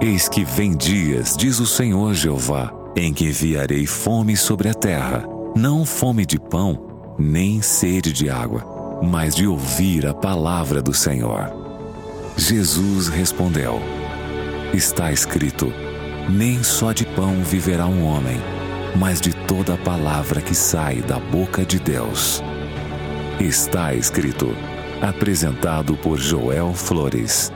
Eis que vem dias, diz o Senhor Jeová, em que enviarei fome sobre a terra, não fome de pão, nem sede de água, mas de ouvir a palavra do Senhor. Jesus respondeu: está escrito, nem só de pão viverá um homem, mas de toda a palavra que sai da boca de Deus. Está escrito. Apresentado por Joel Flores.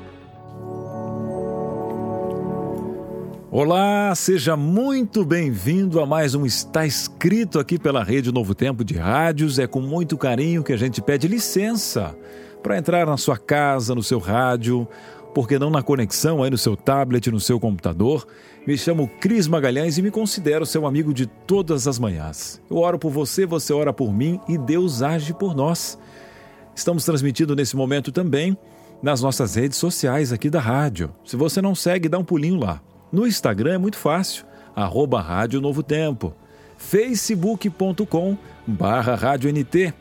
Olá, seja muito bem-vindo a mais um Está Escrito aqui pela Rede Novo Tempo de Rádios. É com muito carinho que a gente pede licença para entrar na sua casa, no seu rádio, porque não na conexão aí no seu tablet, no seu computador. Me chamo Cris Magalhães e me considero seu amigo de todas as manhãs. Eu oro por você, você ora por mim e Deus age por nós. Estamos transmitindo nesse momento também nas nossas redes sociais aqui da rádio. Se você não segue, dá um pulinho lá. No Instagram é muito fácil, @Rádio Novo Tempo, facebook.com/RádioNT,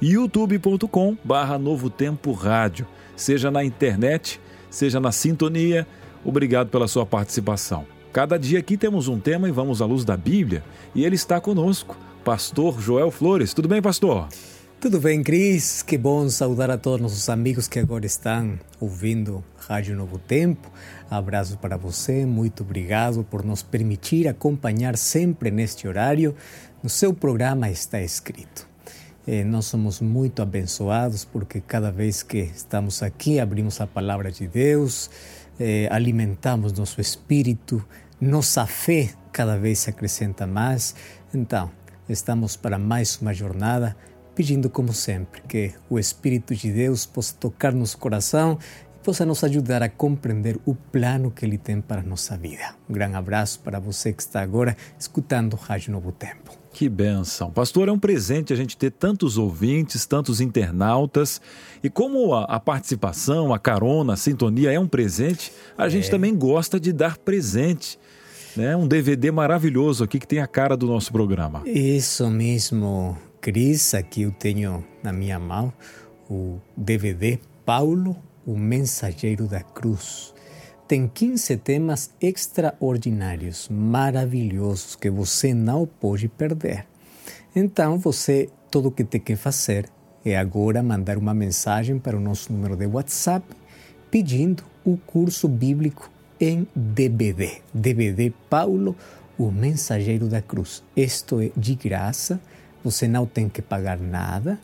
youtube.com/Novo Tempo Rádio. Seja na internet, seja na sintonia, obrigado pela sua participação. Cada dia aqui temos um tema e vamos à luz da Bíblia, e ele está conosco, pastor Joel Flores. Tudo bem, pastor? Tudo bem, Cris? Que bom saudar a todos nossos amigos que agora estão ouvindo Rádio Novo Tempo. Abraço para você, muito obrigado por nos permitir acompanhar sempre neste horário. No seu programa Está Escrito. Nós somos muito abençoados porque cada vez que estamos aqui, abrimos a palavra de Deus, alimentamos nosso espírito, nossa fé cada vez se acrescenta mais. Então, estamos para mais uma jornada, pedindo como sempre que o Espírito de Deus possa tocar nosso coração e possa nos ajudar a compreender o plano que Ele tem para a nossa vida. Um grande abraço para você que está agora escutando o Rádio Novo Tempo. Que bênção. Pastor, é um presente a gente ter tantos ouvintes, tantos internautas. E como a participação, a carona, a sintonia é um presente, a gente também gosta de dar presente. Né? Um DVD maravilhoso aqui que tem a cara do nosso programa. Isso mesmo, Cris. Aqui eu tenho na minha mão o DVD Paulo, o Mensageiro da Cruz. Tem 15 temas extraordinários, maravilhosos, que você não pode perder. Então, tudo o que tem que fazer é agora mandar uma mensagem para o nosso número de WhatsApp pedindo o curso bíblico em DVD. DVD Paulo, o Mensageiro da Cruz. Isto é de graça, você não tem que pagar nada,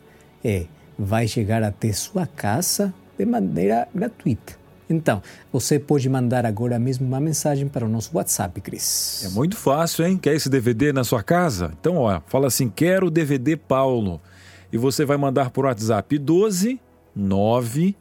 vai chegar até sua casa de maneira gratuita. Então, você pode mandar agora mesmo uma mensagem para o nosso WhatsApp, Cris. É muito fácil, hein? Quer esse DVD na sua casa? Então, fala assim, quero o DVD Paulo. E você vai mandar por WhatsApp 12 9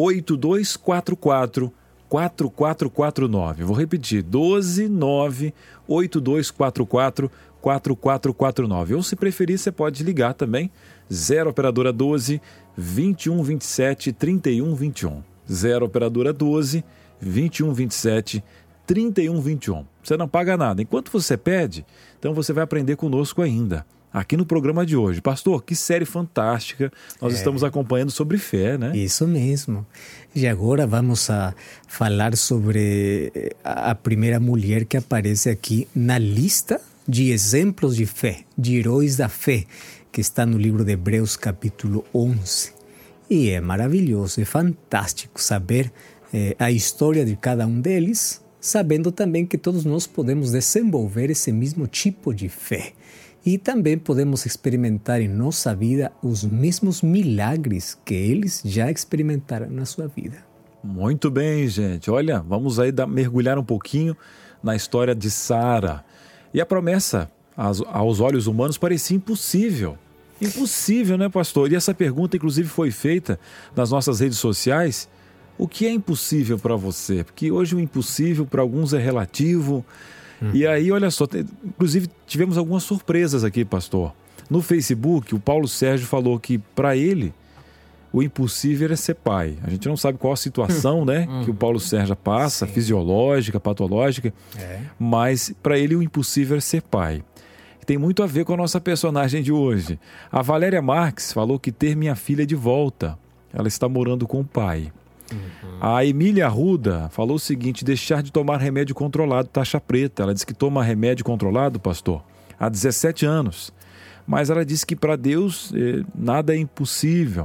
8244 4449. Vou repetir, 12 9 8244 4449. Ou se preferir, você pode ligar também, 0 operadora 12 21 27 31 21. 0 operadora 12 21 27 31 21. Você não paga nada. Enquanto você pede, então você vai aprender conosco ainda. Aqui no programa de hoje. Pastor, que série fantástica. Nós estamos acompanhando sobre fé, né? Isso mesmo. E agora vamos a falar sobre a primeira mulher que aparece aqui na lista de exemplos de fé, de heróis da fé, que está no livro de Hebreus, capítulo 11. E é maravilhoso, é fantástico saber a história de cada um deles, sabendo também que todos nós podemos desenvolver esse mesmo tipo de fé. E também podemos experimentar em nossa vida os mesmos milagres que eles já experimentaram na sua vida. Muito bem, gente. Olha, vamos aí mergulhar um pouquinho na história de Sara. E a promessa, aos olhos humanos, parecia impossível. Impossível, né, pastor? E essa pergunta, inclusive, foi feita nas nossas redes sociais. O que é impossível para você? Porque hoje o impossível para alguns é relativo. E aí, olha só, inclusive tivemos algumas surpresas aqui, pastor. No Facebook, o Paulo Sérgio falou que para ele o impossível era ser pai. A gente não sabe qual a situação, né, que o Paulo Sérgio passa, fisiológica, patológica, mas para ele o impossível era ser pai. Tem muito a ver com a nossa personagem de hoje. A Valéria Marques falou que ter minha filha de volta. Ela está morando com o pai. A Emília Arruda falou o seguinte: deixar de tomar remédio controlado, taxa preta. Ela disse que toma remédio controlado, pastor, há 17 anos. Mas ela disse que para Deus nada é impossível.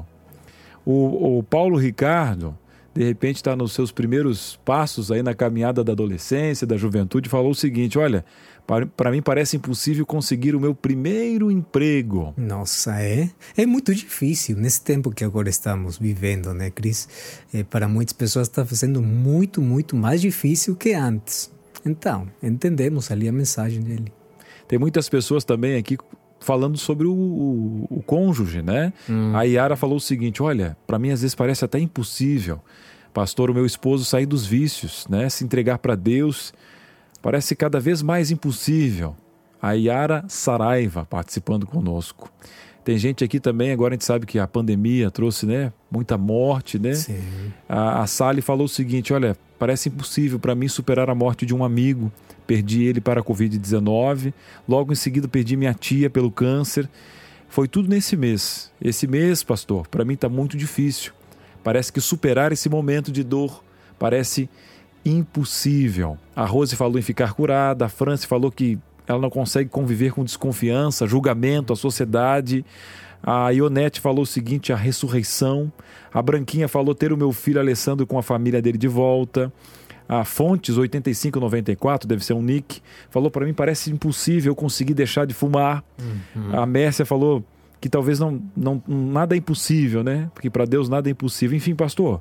O Paulo Ricardo, de repente está nos seus primeiros passos aí na caminhada da adolescência, da juventude, falou o seguinte: olha, para mim parece impossível conseguir o meu primeiro emprego. Nossa, é muito difícil nesse tempo que agora estamos vivendo, né, Cris? Para muitas pessoas está sendo muito, muito mais difícil que antes. Então, entendemos ali a mensagem dele. Tem muitas pessoas também aqui falando sobre o cônjuge, né? A Yara falou o seguinte: olha, para mim às vezes parece até impossível, pastor, o meu esposo sair dos vícios, né? Se entregar para Deus, parece cada vez mais impossível. A Yara Saraiva participando conosco. Tem gente aqui também, agora a gente sabe que a pandemia trouxe, né, muita morte, né? Sim. A Sally falou o seguinte: olha, parece impossível para mim superar a morte de um amigo. Perdi ele para a Covid-19, logo em seguida perdi minha tia pelo câncer. Foi tudo nesse mês. Esse mês, pastor, para mim está muito difícil. Parece que superar esse momento de dor parece impossível. A Rose falou em ficar curada, a Franci falou que ela não consegue conviver com desconfiança, julgamento, a sociedade. A Ionete falou o seguinte: a ressurreição. A Branquinha falou ter o meu filho Alessandro com a família dele de volta. A Fontes 8594, deve ser um nick, falou para mim parece impossível eu conseguir deixar de fumar. A Mércia falou que talvez nada é impossível, né? Porque para Deus nada é impossível. Enfim, pastor,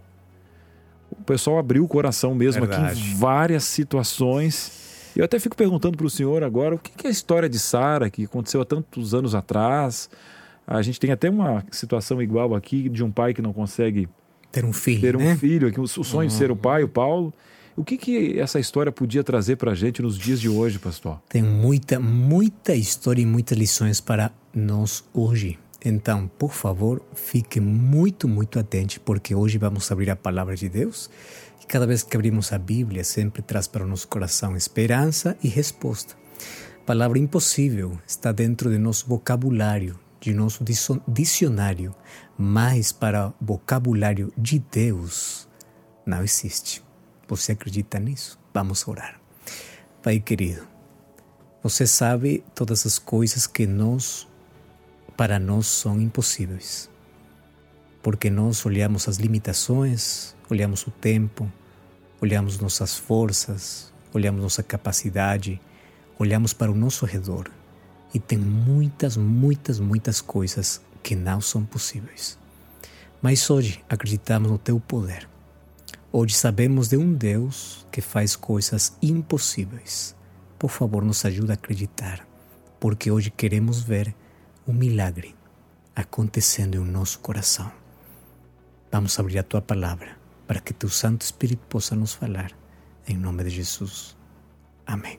o pessoal abriu o coração mesmo. Verdade. Aqui em várias situações. Eu até fico perguntando para o senhor agora, o que é a história de Sara, que aconteceu há tantos anos atrás? A gente tem até uma situação igual aqui de um pai que não consegue ter um filho, ter um né? filho, o sonho de ser o pai, o Paulo. O que essa história podia trazer para a gente nos dias de hoje, pastor? Tem muita história e muitas lições para nós hoje. Então, por favor, fique muito, muito atento, porque hoje vamos abrir a palavra de Deus. E cada vez que abrimos a Bíblia, sempre traz para o nosso coração esperança e resposta. A palavra impossível está dentro de nosso vocabulário, de nosso dicionário, mas para o vocabulário de Deus não existe. Você acredita nisso? Vamos orar. Pai querido, você sabe todas as coisas que para nós são impossíveis. Porque nós olhamos as limitações, olhamos o tempo, olhamos nossas forças, olhamos nossa capacidade, olhamos para o nosso redor e tem muitas coisas que não são possíveis. Mas hoje acreditamos no teu poder. Hoje sabemos de um Deus que faz coisas impossíveis. Por favor, nos ajude a acreditar, porque hoje queremos ver um milagre acontecendo em nosso coração. Vamos abrir a tua palavra para que teu Santo Espírito possa nos falar. Em nome de Jesus. Amém.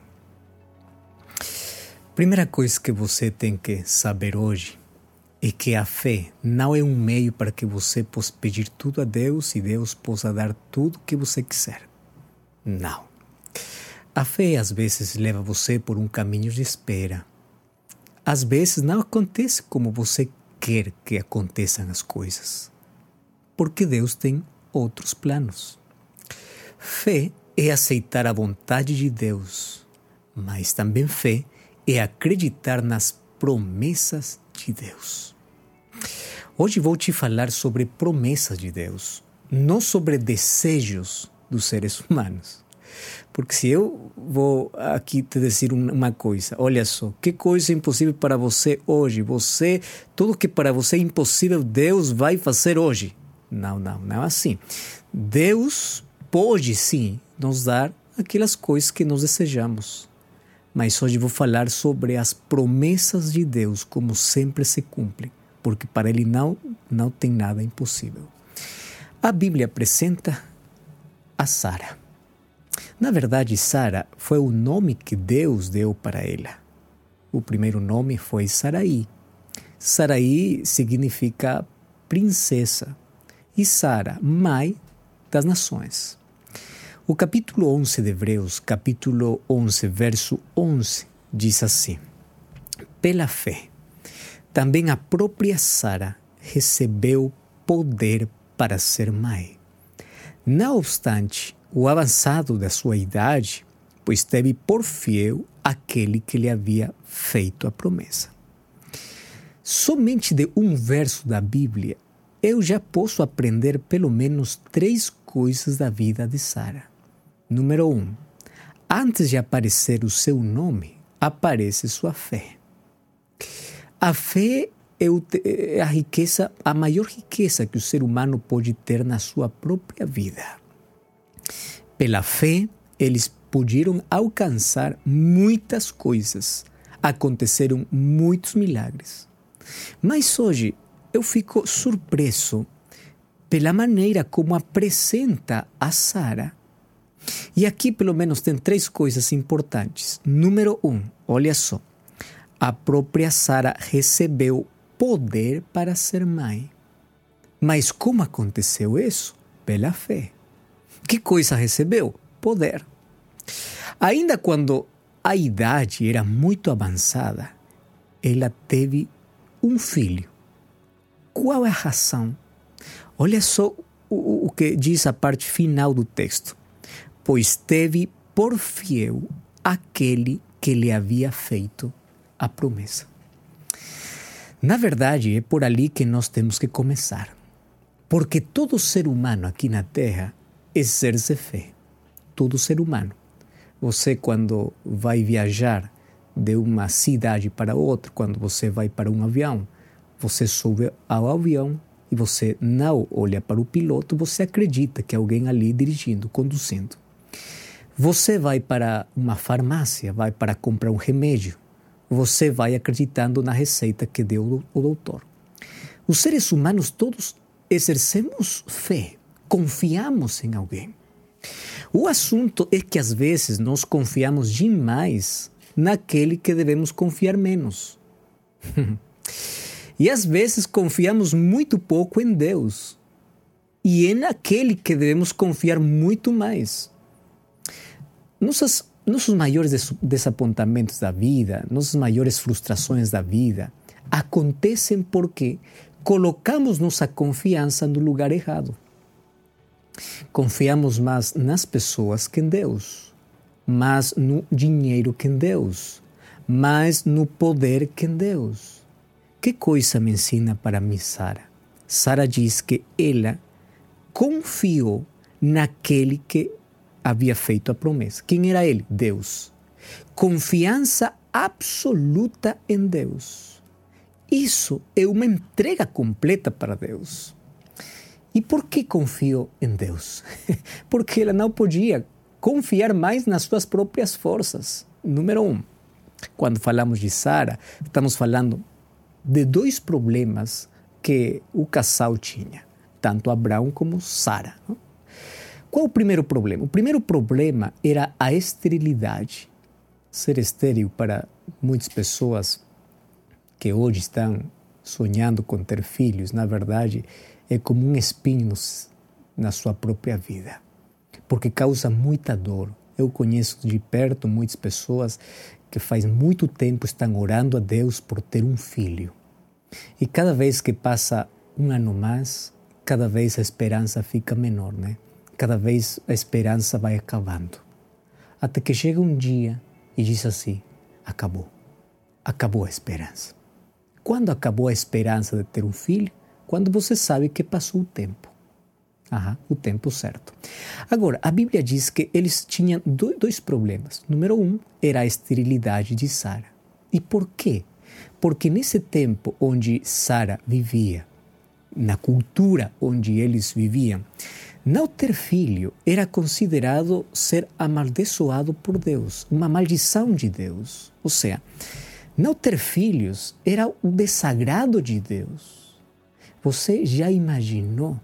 Primeira coisa que você tem que saber hoje é que a fé não é um meio para que você possa pedir tudo a Deus e Deus possa dar tudo o que você quiser. Não. A fé às vezes leva você por um caminho de espera. Às vezes não acontece como você quer que aconteçam as coisas, porque Deus tem outros planos. Fé é aceitar a vontade de Deus, mas também fé é acreditar nas promessas de Deus. Hoje vou te falar sobre promessas de Deus, não sobre desejos dos seres humanos. Porque se eu vou aqui te dizer uma coisa, olha só, que coisa impossível para você hoje, tudo que para você é impossível, Deus vai fazer hoje. Não é assim. Deus pode sim nos dar aquelas coisas que nós desejamos. Mas hoje vou falar sobre as promessas de Deus, como sempre se cumprem, porque para Ele não tem nada impossível. A Bíblia apresenta a Sara. Na verdade, Sara foi o nome que Deus deu para ela. O primeiro nome foi Sarai. Sarai significa princesa e Sara, mãe das nações. O capítulo 11 de Hebreus, capítulo 11, verso 11, diz assim: pela fé, também a própria Sara recebeu poder para ser mãe, Não obstante o avançado da sua idade, pois teve por fiel aquele que lhe havia feito a promessa. Somente de um verso da Bíblia, eu já posso aprender pelo menos 3 coisas da vida de Sara. Número 1. Antes de aparecer o seu nome, aparece sua fé. A fé é a maior riqueza que o ser humano pode ter na sua própria vida. Pela fé, eles puderam alcançar muitas coisas. Aconteceram muitos milagres. Mas hoje eu fico surpreso pela maneira como apresenta a Sara. E aqui pelo menos tem 3 coisas importantes. Número 1, olha só. A própria Sara recebeu poder para ser mãe. Mas como aconteceu isso? Pela fé. Que coisa recebeu? Poder. Ainda quando a idade era muito avançada, ela teve um filho. Qual é a razão? Olha só o que diz a parte final do texto. Pois teve por fiel aquele que lhe havia feito a promessa. Na verdade, é por ali que nós temos que começar. Porque todo ser humano aqui na Terra exerce fé. Todo ser humano. Você, quando vai viajar de uma cidade para outra, quando você vai para um avião, você sobe ao avião e você não olha para o piloto, você acredita que é alguém ali dirigindo, conduzindo. Você vai para uma farmácia, vai para comprar um remédio, você vai acreditando na receita que deu o doutor. Os seres humanos todos exercemos fé, confiamos em alguém. O assunto é que às vezes nós confiamos demais naquele que devemos confiar menos. E às vezes confiamos muito pouco em Deus e é naquele que devemos confiar muito mais. Nossos maiores desapontamentos da vida, nossas maiores frustrações da vida acontecem porque colocamos nossa confiança no lugar errado. Confiamos mais nas pessoas que em Deus, mais no dinheiro que em Deus, mais no poder que em Deus. Que coisa me ensina para mim Sara? Sara diz que ela confiou naquele que havia feito a promessa. Quem era ele? Deus. Confiança absoluta em Deus. Isso é uma entrega completa para Deus. E por que confiou em Deus? Porque ela não podia confiar mais nas suas próprias forças. Número 1. Quando falamos de Sara, estamos falando de 2 problemas que o casal tinha, tanto Abraão como Sara. Qual o primeiro problema? O primeiro problema era a esterilidade. Ser estéril para muitas pessoas que hoje estão sonhando com ter filhos, na verdade, é como um espinho na sua própria vida, porque causa muita dor. Eu conheço de perto muitas pessoas que faz muito tempo estão orando a Deus por ter um filho. E cada vez que passa um ano mais, cada vez a esperança fica menor, né? Cada vez a esperança vai acabando. Até que chega um dia e diz assim, acabou. Acabou a esperança. Quando acabou a esperança de ter um filho? Quando você sabe que passou o tempo. O tempo certo. Agora, a Bíblia diz que eles tinham 2 problemas. Número 1 era a esterilidade de Sara. E por quê? Porque nesse tempo onde Sara vivia, na cultura onde eles viviam, não ter filho era considerado ser amaldiçoado por Deus, uma maldição de Deus. Ou seja, não ter filhos era o desagrado de Deus. Você já imaginou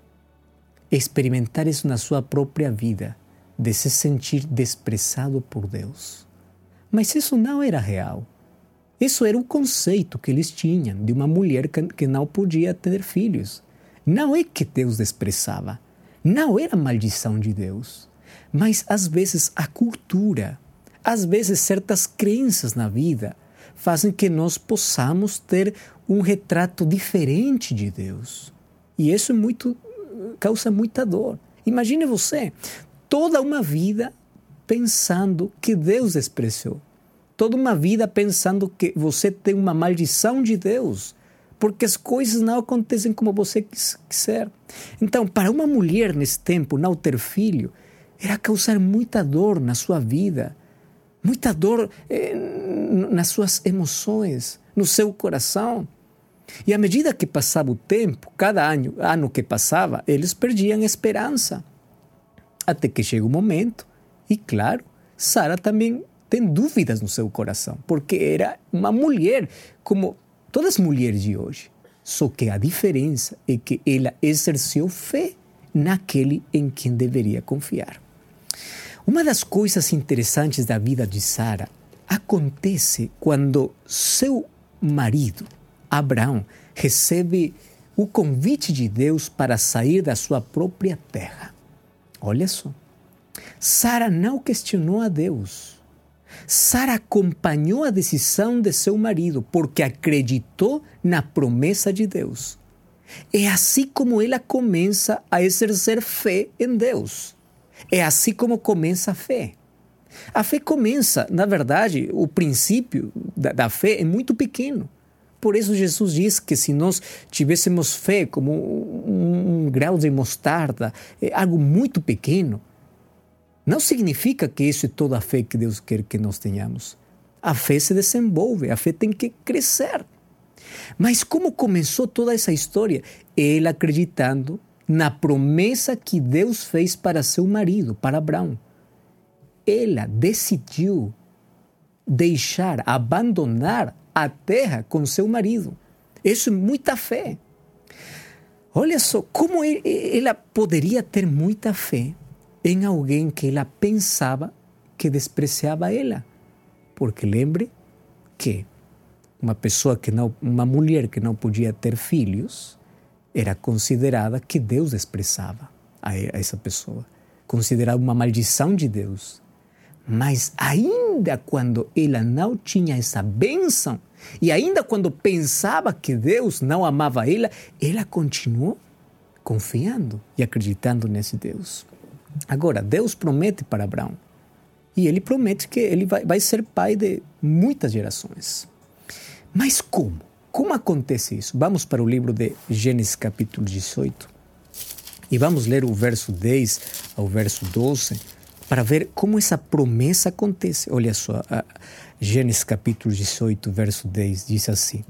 experimentar isso na sua própria vida, de se sentir desprezado por Deus? Mas isso não era real. Isso era o conceito que eles tinham de uma mulher que não podia ter filhos. Não é que Deus desprezava, não era maldição de Deus, mas às vezes a cultura, às vezes certas crenças na vida fazem que nós possamos ter um retrato diferente de Deus. E isso causa muita dor. Imagine você, toda uma vida pensando que Deus desprezou. Toda uma vida pensando que você tem uma maldição de Deus, porque as coisas não acontecem como você quiser. Então, para uma mulher nesse tempo, não ter filho, era causar muita dor na sua vida, muita dor nas suas emoções, no seu coração. E à medida que passava o tempo, cada ano que passava, eles perdiam esperança. Até que chega um momento, e claro, Sara também tem dúvidas no seu coração, porque era uma mulher como todas as mulheres de hoje. Só que a diferença é que ela exerceu fé naquele em quem deveria confiar. Uma das coisas interessantes da vida de Sara acontece quando seu marido, Abraão, recebe o convite de Deus para sair da sua própria terra. Olha só, Sara não questionou a Deus. Sara acompanhou a decisão de seu marido porque acreditou na promessa de Deus. É assim como ela começa a exercer fé em Deus. É assim como começa a fé. A fé começa, na verdade, o princípio da fé é muito pequeno. Por isso Jesus diz que se nós tivéssemos fé como um grau de mostarda, algo muito pequeno, não significa que isso é toda a fé que Deus quer que nós tenhamos. A fé se desenvolve, a fé tem que crescer. Mas como começou toda essa história? Ela acreditando na promessa que Deus fez para seu marido, para Abraão. Ela decidiu abandonar a terra com seu marido. Isso é muita fé. Olha só, como ela poderia ter muita fé em alguém que ela pensava que despreciava ela. Porque lembre que uma mulher que não podia ter filhos era considerada que Deus desprezava a essa pessoa, considerada uma maldição de Deus. Mas ainda quando ela não tinha essa bênção, e ainda quando pensava que Deus não amava ela continuou confiando e acreditando nesse Deus. Agora, Deus promete para Abraão, e ele promete que ele vai ser pai de muitas gerações. Mas como? Como acontece isso? Vamos para o livro de Gênesis capítulo 18 e vamos ler o verso 10 ao verso 12 para ver como essa promessa acontece. Olha só, Gênesis capítulo 18, verso 10 diz assim: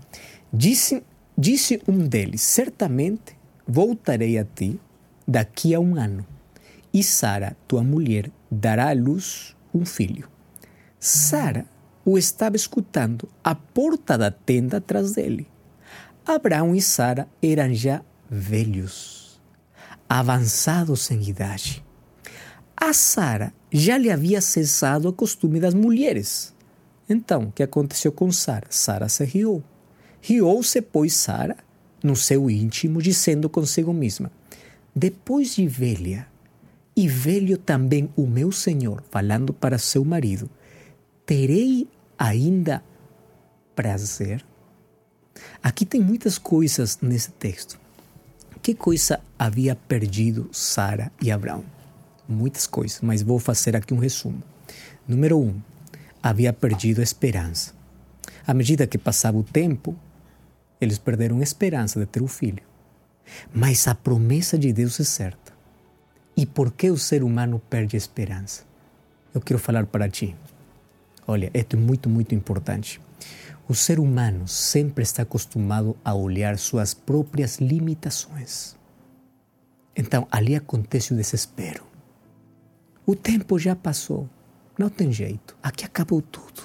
Disse um deles: certamente voltarei a ti daqui a um ano, e Sara, tua mulher, dará à luz um filho. Sara o estava escutando à porta da tenda atrás dele. Abraão e Sara eram já velhos, avançados em idade. A Sara já lhe havia cessado o costume das mulheres. Então, o que aconteceu com Sara? Sara se riu. Riu-se, pois, Sara, no seu íntimo, dizendo consigo mesma: depois de velha, e velho também o meu senhor, falando para seu marido, terei ainda prazer? Aqui tem muitas coisas nesse texto. Que coisa havia perdido Sara e Abraão? Muitas coisas, mas vou fazer aqui um resumo. Número 1, havia perdido a esperança. À medida que passava o tempo, eles perderam a esperança de ter um filho. Mas a promessa de Deus é certa. E por que o ser humano perde a esperança? Eu quero falar para ti. Olha, isto é muito, muito importante. O ser humano sempre está acostumado a olhar suas próprias limitações. Então, ali acontece o desespero. O tempo já passou, não tem jeito, aqui acabou tudo.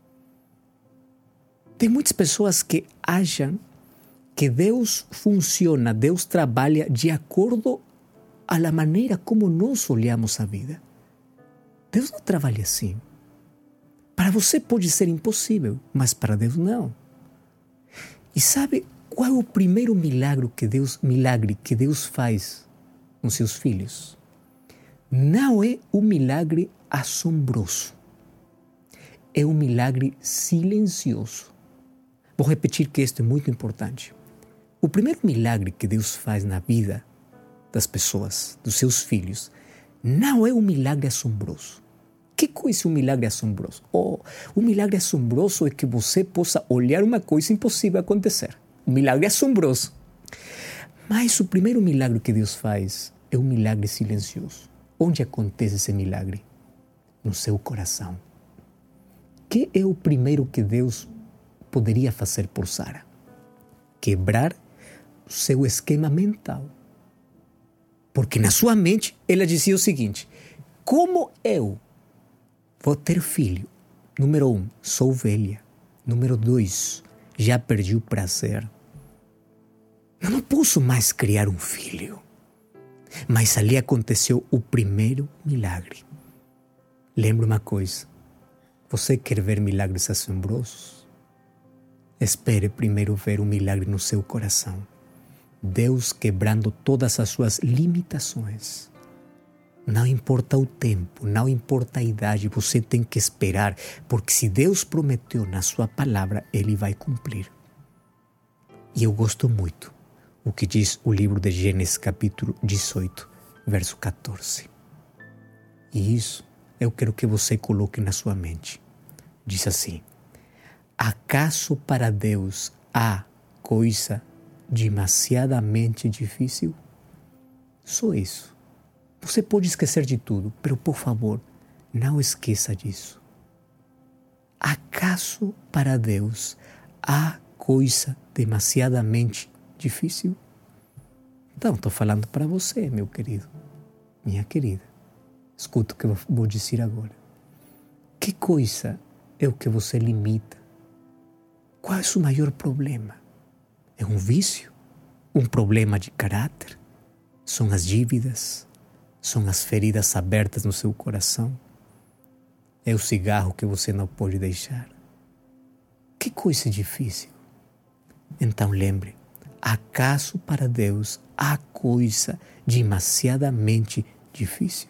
Tem muitas pessoas que acham que Deus funciona, Deus trabalha de acordo à maneira como nós olhamos a vida. Deus não trabalha assim. Para você pode ser impossível, mas para Deus não. E sabe qual é o primeiro milagre que Deus faz com seus filhos? Não é um milagre assombroso. É um milagre silencioso. Vou repetir que isto é muito importante. O primeiro milagre que Deus faz na vida das pessoas, dos seus filhos, não é um milagre assombroso. Que coisa é um milagre assombroso? Um milagre assombroso é que você possa olhar uma coisa impossível acontecer. Um milagre assombroso. Mas o primeiro milagre que Deus faz é um milagre silencioso. Onde acontece esse milagre? No seu coração. Que é o primeiro que Deus poderia fazer por Sara? Quebrar o seu esquema mental. Porque na sua mente ela dizia o seguinte: como eu vou ter filho? Número 1, sou velha. Número 2, já perdi o prazer. Eu não posso mais criar um filho. Mas ali aconteceu o primeiro milagre. Lembra uma coisa: você quer ver milagres assombrosos? Espere primeiro ver um milagre no seu coração. Deus quebrando todas as suas limitações. Não importa o tempo, não importa a idade, você tem que esperar, porque se Deus prometeu na sua palavra, Ele vai cumprir. E eu gosto muito o que diz o livro de Gênesis capítulo 18, verso 14. E isso eu quero que você coloque na sua mente. Diz assim: acaso para Deus há coisa demasiadamente difícil? Só isso. Você pode esquecer de tudo, mas por favor, não esqueça disso. Acaso para Deus há coisa demasiadamente difícil? Então, estou falando para você, meu querido, minha querida. Escuta o que eu vou dizer agora. Que coisa é o que você limita? Qual é o seu maior problema? É um vício? Um problema de caráter? São as dívidas? São as feridas abertas no seu coração? É o cigarro que você não pode deixar? Que coisa difícil? Então lembre, acaso para Deus há coisa demasiadamente difícil?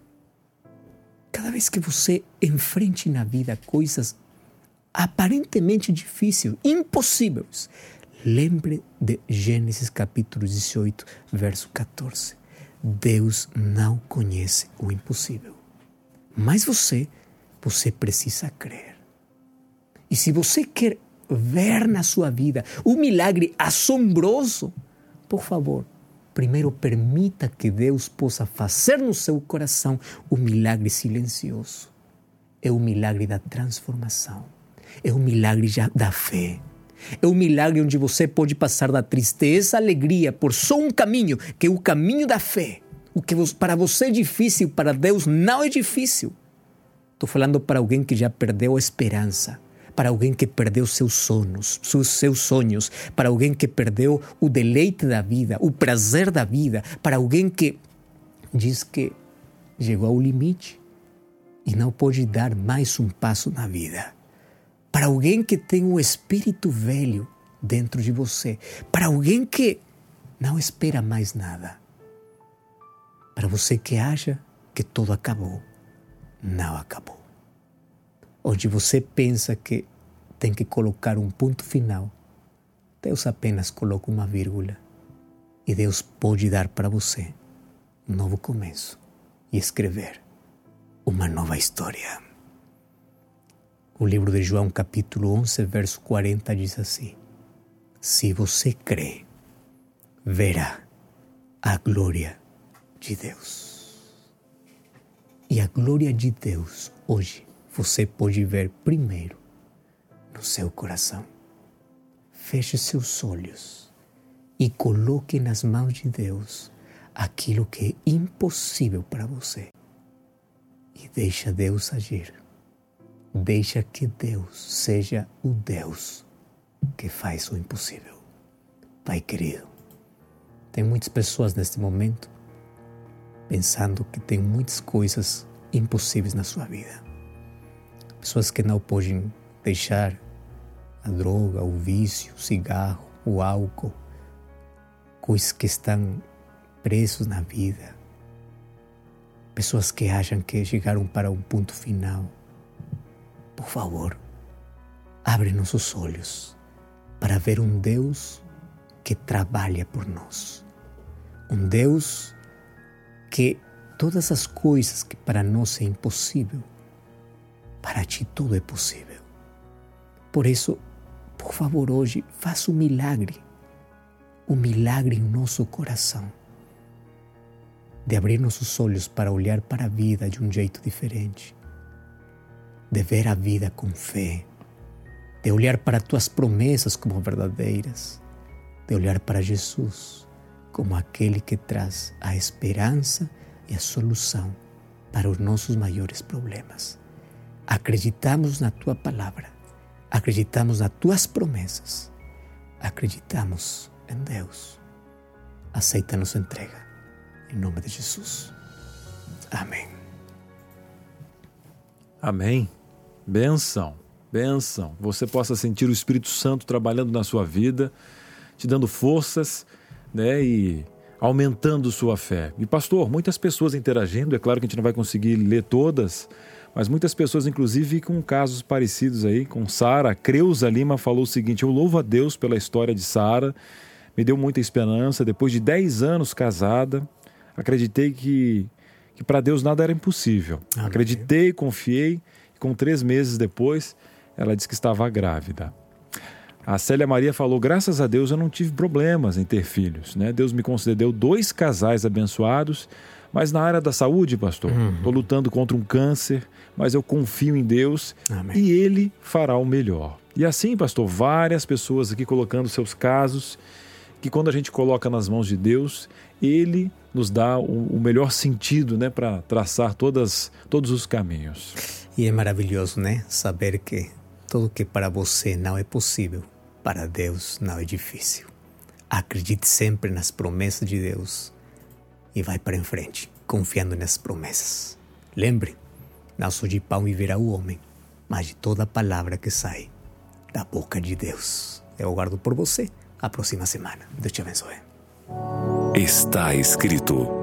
Cada vez que você enfrente na vida coisas aparentemente difíceis, impossíveis, lembre de Gênesis capítulo 18, verso 14. Deus não conhece o impossível. Mas você precisa crer. E se você quer ver na sua vida um milagre assombroso, por favor, primeiro permita que Deus possa fazer no seu coração um milagre silencioso. É o milagre da transformação. É o milagre da fé. É um milagre onde você pode passar da tristeza à alegria por só um caminho, que é o caminho da fé. O que para você é difícil, para Deus não é difícil. Estou falando para alguém que já perdeu a esperança, para alguém que perdeu seus sonhos, para alguém que perdeu o deleite da vida, o prazer da vida, para alguém que diz que chegou ao limite e não pode dar mais um passo na vida. Para alguém que tem um espírito velho dentro de você. Para alguém que não espera mais nada. Para você que acha que tudo acabou. Não acabou. Onde você pensa que tem que colocar um ponto final, Deus apenas coloca uma vírgula. E Deus pode dar para você um novo começo e escrever uma nova história. O livro de João, capítulo 11, verso 40, diz assim: se você crê, verá a glória de Deus. E a glória de Deus, hoje, você pode ver primeiro no seu coração. Feche seus olhos e coloque nas mãos de Deus aquilo que é impossível para você. E deixa Deus agir. Deixa que Deus seja o Deus que faz o impossível. Pai querido, tem muitas pessoas neste momento pensando que tem muitas coisas impossíveis na sua vida. Pessoas que não podem deixar a droga, o vício, o cigarro, o álcool, coisas que estão presos na vida. Pessoas que acham que chegaram para um ponto final. Por favor, abre nossos olhos para ver um Deus que trabalha por nós. Um Deus que todas as coisas que para nós é impossível, para ti tudo é possível. Por isso, por favor, hoje, faça um milagre em nosso coração, de abrir nossos olhos para olhar para a vida de um jeito diferente, de ver a vida com fé, de olhar para tuas promessas como verdadeiras, de olhar para Jesus como aquele que traz a esperança e a solução para os nossos maiores problemas. Acreditamos na tua palavra, acreditamos nas tuas promessas, acreditamos em Deus. Aceita nossa entrega, em nome de Jesus. Amém. Amém. Bênção, bênção. Você possa sentir o Espírito Santo trabalhando na sua vida, te dando forças, né, e aumentando sua fé. E pastor, muitas pessoas interagindo, é claro que a gente não vai conseguir ler todas, mas muitas pessoas, inclusive, com casos parecidos aí, com Sara. A Creuza Lima falou o seguinte: eu louvo a Deus pela história de Sara, me deu muita esperança. Depois de 10 anos casada, acreditei que para Deus nada era impossível. Amém. Acreditei, confiei, e com 3 meses depois, ela disse que estava grávida. A Célia Maria falou: graças a Deus eu não tive problemas em ter filhos, né? Deus me concedeu 2 casais abençoados, mas na área da saúde, pastor, estou lutando contra um câncer, mas eu confio em Deus. Amém. E Ele fará o melhor. E assim, pastor, várias pessoas aqui colocando seus casos, que quando a gente coloca nas mãos de Deus, Ele nos dá o melhor sentido, né, para traçar todos os caminhos. E é maravilhoso, né, saber que tudo que para você não é possível, para Deus não é difícil. Acredite sempre nas promessas de Deus e vai para em frente, confiando nas promessas. Lembre, não só de pão viverá o homem, mas de toda palavra que sai da boca de Deus. Eu aguardo por você a próxima semana. Deus te abençoe. Está escrito: